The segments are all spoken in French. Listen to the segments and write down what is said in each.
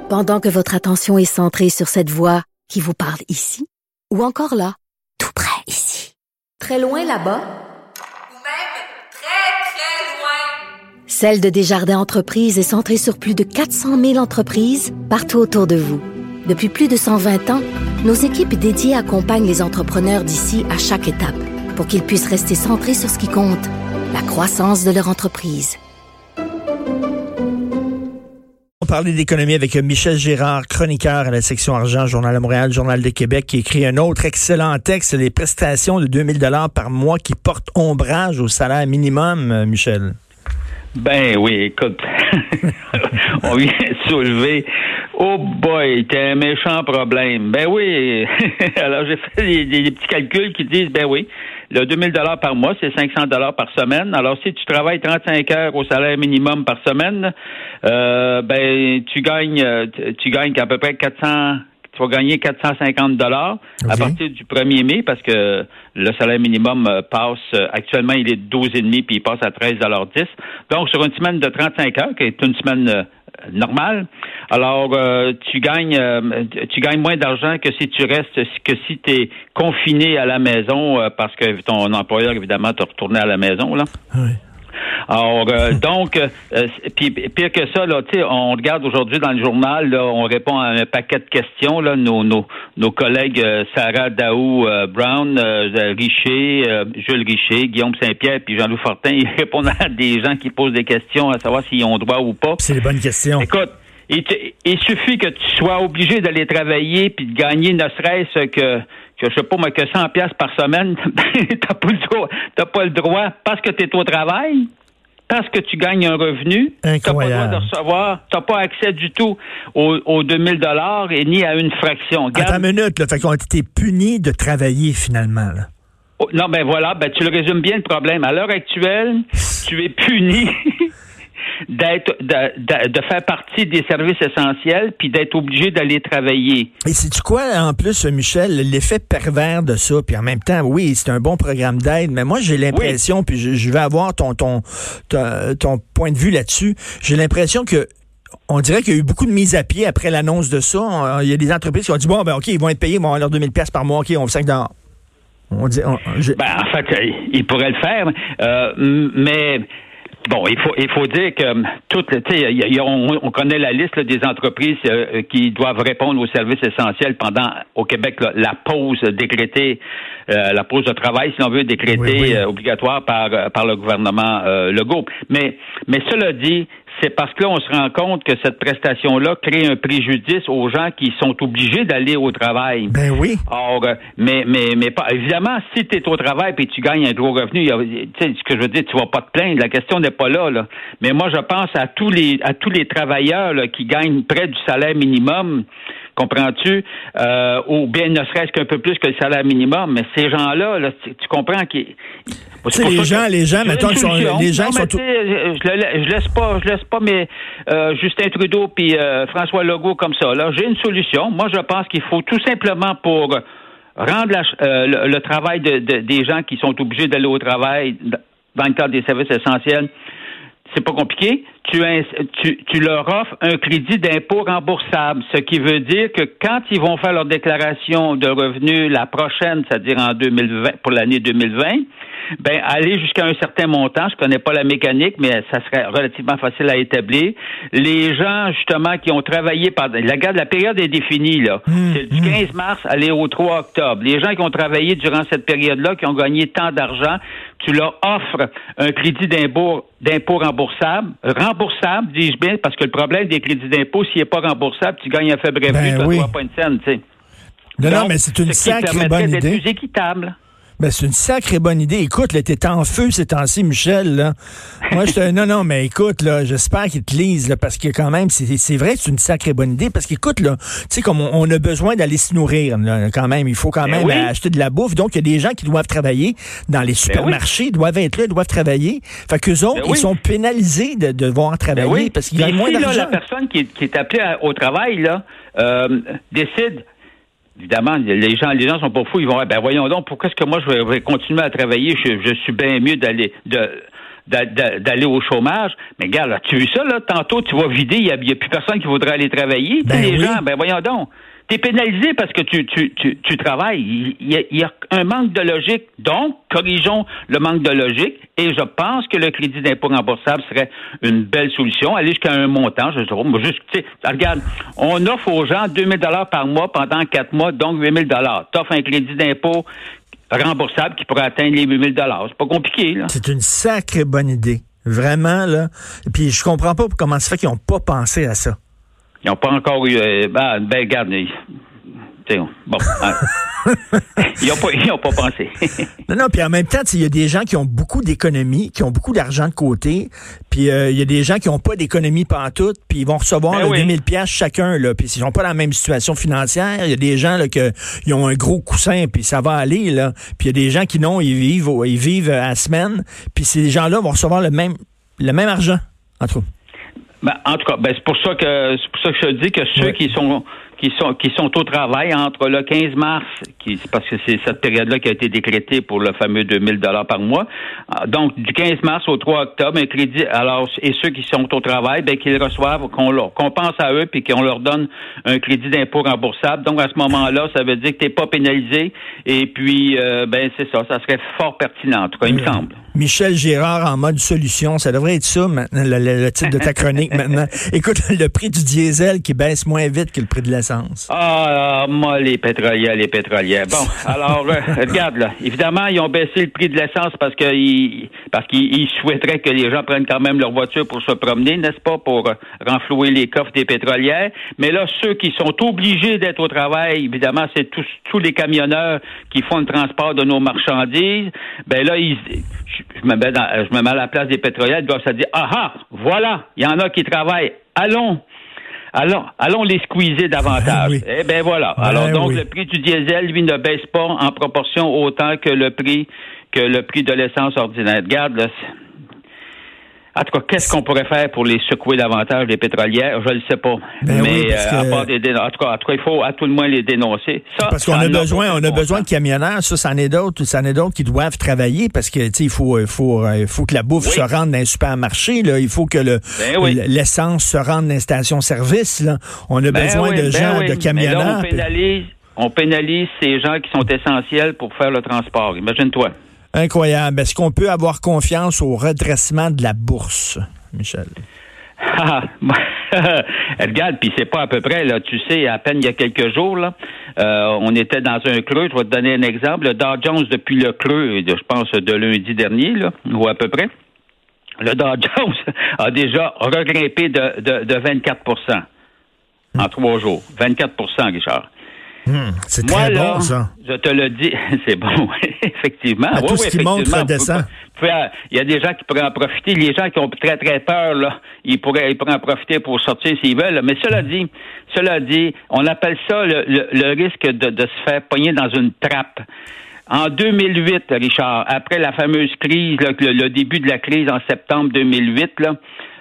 Pendant que votre attention est centrée sur cette voix qui vous parle ici, ou encore là, tout près ici, très loin là-bas, ou même très, très loin. Celle de Desjardins Entreprises est centrée sur plus de 400 000 entreprises partout autour de vous. Depuis plus de 120 ans, nos équipes dédiées accompagnent les entrepreneurs d'ici à chaque étape pour qu'ils puissent rester centrés sur ce qui compte, la croissance de leur entreprise. On parlait d'économie avec Michel Gérard, chroniqueur à la section argent, Journal de Montréal, Journal de Québec, qui écrit un autre excellent texte, les prestations de 2000 $ par mois qui portent ombrage au salaire minimum, Michel. Ben oui, écoute, on vient de soulever. Oh boy, t'as un méchant problème. Ben oui, alors j'ai fait des petits calculs qui disent, ben oui, le 2000 $ par mois, c'est 500 $ par semaine. Alors si tu travailles 35 heures au salaire minimum par semaine, ben tu gagnes à peu près 400. Tu vas gagner 450 $ à partir du 1er mai parce que le salaire minimum passe, actuellement, il est 12,5 puis il passe à 13,10 $. Donc, sur une semaine de 35 heures, qui est une semaine normale, alors tu gagnes moins d'argent que si tu restes, que si tu es confiné à la maison parce que ton employeur, évidemment, t'a retourné à la maison, là. Oui. Alors, donc, puis pire que ça, là, tu sais, on regarde aujourd'hui dans le journal, là, on répond à un paquet de questions, là, nos collègues Sarah Daou Brown, Richer, Jules Richer, Guillaume Saint-Pierre, puis Jean-Louis Fortin, ils répondent à des gens qui posent des questions à savoir s'ils ont droit ou pas. C'est des bonnes questions. Écoute, il suffit que tu sois obligé d'aller travailler puis de gagner ne serait-ce que je sais pas, mais que 100 $ par semaine, t'as pas le droit parce que t'es au travail, parce que tu gagnes un revenu, t'as pas le droit de recevoir, t'as pas accès du tout aux 2000 $ et ni à une fraction. Attends une minute, là, fait qu'on était puni de travailler finalement, là. Oh, non, ben voilà, ben tu le résumes bien le problème. À l'heure actuelle, tu es puni de faire partie des services essentiels puis d'être obligé d'aller travailler. Et sais-tu quoi, en plus, Michel, l'effet pervers de ça, puis en même temps, oui, c'est un bon programme d'aide, mais moi, j'ai l'impression, puis je vais avoir ton point de vue là-dessus, j'ai l'impression que on dirait qu'il y a eu beaucoup de mises à pied après l'annonce de ça. Il y a des entreprises qui ont dit, bon, ben OK, ils vont être payés, ils vont avoir leurs 2000 $ par mois, OK, on sac dehors. En fait, ils pourraient le faire, mais... Bon, il faut dire que on connaît la liste là, des entreprises qui doivent répondre aux services essentiels pendant, au Québec, là, la pause décrétée, la pause de travail, si on veut, décrétée obligatoire par le gouvernement Legault. Mais cela dit, c'est parce que là, on se rend compte que cette prestation-là crée un préjudice aux gens qui sont obligés d'aller au travail. Ben oui. Or, mais pas. Évidemment, si tu es au travail et tu gagnes un gros revenu, tu sais, ce que je veux dire, tu vas pas te plaindre. La question n'est pas là. Mais moi, je pense à tous les travailleurs là, qui gagnent près du salaire minimum. Comprends-tu? Ou bien ne serait-ce qu'un peu plus que le salaire minimum. Mais ces gens-là, là, tu comprends qu'ils... les gens, mettons, les gens sont... Je laisse pas mes Justin Trudeau puis François Legault comme ça. Là, j'ai une solution. Moi, je pense qu'il faut tout simplement pour rendre le travail des gens qui sont obligés d'aller au travail dans le cadre des services essentiels, c'est pas compliqué. Tu leur offres un crédit d'impôt remboursable, ce qui veut dire que quand ils vont faire leur déclaration de revenus la prochaine, c'est-à-dire en 2020, pour l'année 2020, ben aller jusqu'à un certain montant, je connais pas la mécanique, mais ça serait relativement facile à établir. Les gens, justement, qui ont travaillé la période est définie, là. C'est du 15 mars aller au 3 octobre. Les gens qui ont travaillé durant cette période-là, qui ont gagné tant d'argent, tu leur offres un crédit d'impôt remboursable, dis-je bien, parce que le problème des crédits d'impôt, s'il n'est pas remboursable, tu gagnes un faible revenu, tu ne dois pas une scène, tu sais. Non, mais c'est une sacrée bonne idée. D'être plus équitable. Ben, c'est une sacrée bonne idée. Écoute, là, t'es en feu ces temps-ci, Michel, là. Moi, non, mais écoute, là, j'espère qu'ils te lisent, là, parce que quand même, c'est vrai que c'est une sacrée bonne idée, parce qu'écoute, là, tu sais, comme on a besoin d'aller se nourrir, là, quand même, il faut quand même acheter de la bouffe. Donc, il y a des gens qui doivent travailler dans les supermarchés, doivent être là, doivent travailler. Fait qu'eux autres, ils sont pénalisés de devoir travailler parce qu'ils gagnent moins d'argent. Là, la personne qui est appelée au travail, là, décide. Évidemment, les gens sont pas fous. Ils vont dire, ben voyons donc, pourquoi est-ce que moi je vais continuer à travailler? Je suis bien mieux d'aller au chômage. Mais regarde, as-tu vu ça, là? Tantôt, tu vas vider, il n'y a plus personne qui voudrait aller travailler. Les gens, voyons donc. T'es pénalisé parce que tu travailles. Il y a un manque de logique. Donc, corrigeons le manque de logique. Et je pense que le crédit d'impôt remboursable serait une belle solution. Aller jusqu'à un montant. Regarde, on offre aux gens 2 000 $ par mois pendant 4 mois, donc 8 000 $. T'offres un crédit d'impôt remboursable qui pourrait atteindre les 8 000 $. C'est pas compliqué, là. C'est une sacrée bonne idée. Vraiment, là. Et puis, je comprends pas comment ça fait qu'ils n'ont pas pensé à ça. Ils n'ont pas encore eu... regarde, bon, ils n'ont pas pensé. Non, puis en même temps, il y a des gens qui ont beaucoup d'économies, qui ont beaucoup d'argent de côté, puis il y a des gens qui n'ont pas d'économie pantoute, puis ils vont recevoir 2 000 $ chacun, là, puis ils n'ont pas la même situation financière. Il y a des gens là ils ont un gros coussin, puis ça va aller, là. Puis il y a des gens qui non, ils vivent à la semaine, puis ces gens-là vont recevoir le même argent, entre autres. En tout cas, c'est pour ça que je te dis que ceux qui sont au travail entre le 15 mars, parce que c'est cette période-là qui a été décrétée pour le fameux 2 000 $ par mois. Donc, du 15 mars au 3 octobre, un crédit, alors, et ceux qui sont au travail, qu'ils reçoivent, qu'on pense à eux, puis qu'on leur donne un crédit d'impôt remboursable. Donc, à ce moment-là, ça veut dire que t'es pas pénalisé. Et puis, c'est ça serait fort pertinent, en tout cas, il me semble. Michel Girard en mode solution, ça devrait être ça maintenant, le titre de ta chronique maintenant. Écoute, le prix du diesel qui baisse moins vite que le prix de l'essence. Moi, les pétrolières. Bon, alors, regarde, là, évidemment, ils ont baissé le prix de l'essence parce qu'ils souhaiteraient que les gens prennent quand même leur voiture pour se promener, n'est-ce pas, pour renflouer les coffres des pétrolières. Mais là, ceux qui sont obligés d'être au travail, évidemment, c'est tous les camionneurs qui font le transport de nos marchandises. Là, je me mets à la place des pétrolières, ils doivent se dire, voilà, il y en a qui travaillent, allons les squeezer davantage. Oui. Voilà. Alors, le prix du diesel, lui, ne baisse pas en proportion autant que le prix de l'essence ordinaire. Regarde, là, en tout cas, qu'est-ce qu'on pourrait faire pour les secouer davantage, les pétrolières? Je ne le sais pas. À part en tout cas, il faut à tout le moins les dénoncer. Ça, parce qu'on a besoin de camionneurs. Ça, c'en est d'autres qui doivent travailler parce que, il faut que la bouffe se rende dans les supermarchés, là. Il faut que l'essence se rende dans les stations-service, là. On a besoin de gens, de camionneurs. Mais là, on pénalise ces gens qui sont essentiels pour faire le transport. Imagine-toi. Incroyable. Est-ce qu'on peut avoir confiance au redressement de la bourse, Michel? Regarde, puis c'est pas à peu près, là, tu sais, à peine il y a quelques jours, là, on était dans un creux. Je vais te donner un exemple. Le Dow Jones, depuis le creux, je pense, de lundi dernier, là, ou à peu près, le Dow Jones a déjà regrimpé de 24 % en 3 jours. 24 %, Richard. C'est très bon, ça. Je te le dis, c'est bon, effectivement. Tout ce qui monte redescend. Il y a des gens qui pourraient en profiter. Les gens qui ont très, très peur, là, ils pourraient en profiter pour sortir s'ils veulent. Mais cela dit, on appelle ça le risque de se faire pogner dans une trappe. En 2008, Richard, après la fameuse crise, là, le début de la crise en septembre 2008, là,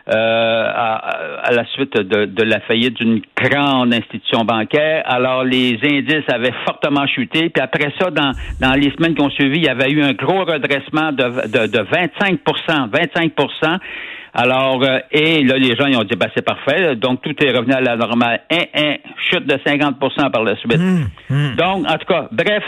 à la suite de la faillite d'une grande institution bancaire. Alors, les indices avaient fortement chuté. Puis après ça, dans les semaines qui ont suivi, il y avait eu un gros redressement de 25 %. 25 %. Alors, et là, les gens, ils ont dit, c'est parfait. Donc, tout est revenu à la normale. Chute de 50 % par la suite. Donc, en tout cas, bref,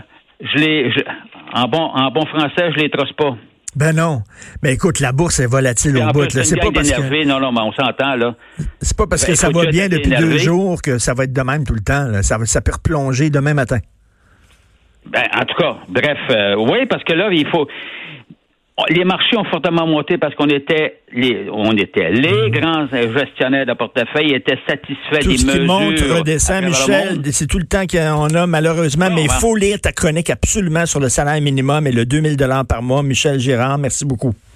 en bon français, je les trosse pas. Ben non. Mais écoute, la bourse est volatile au bout. Là. C'est pas parce que... Non, mais on s'entend, là. C'est pas parce que ça va bien depuis 2 jours que ça va être de même tout le temps. Là. Ça peut replonger demain matin. En tout cas, bref, oui, parce que là, il faut... Les marchés ont fortement monté parce qu'on était les grands gestionnaires de portefeuille étaient satisfaits des mesures. Tout ce qui monte redescend, Michel. C'est tout le temps qu'on a, malheureusement. Mais il faut lire ta chronique absolument sur le salaire minimum et le 2 000 $ par mois. Michel Girard, merci beaucoup.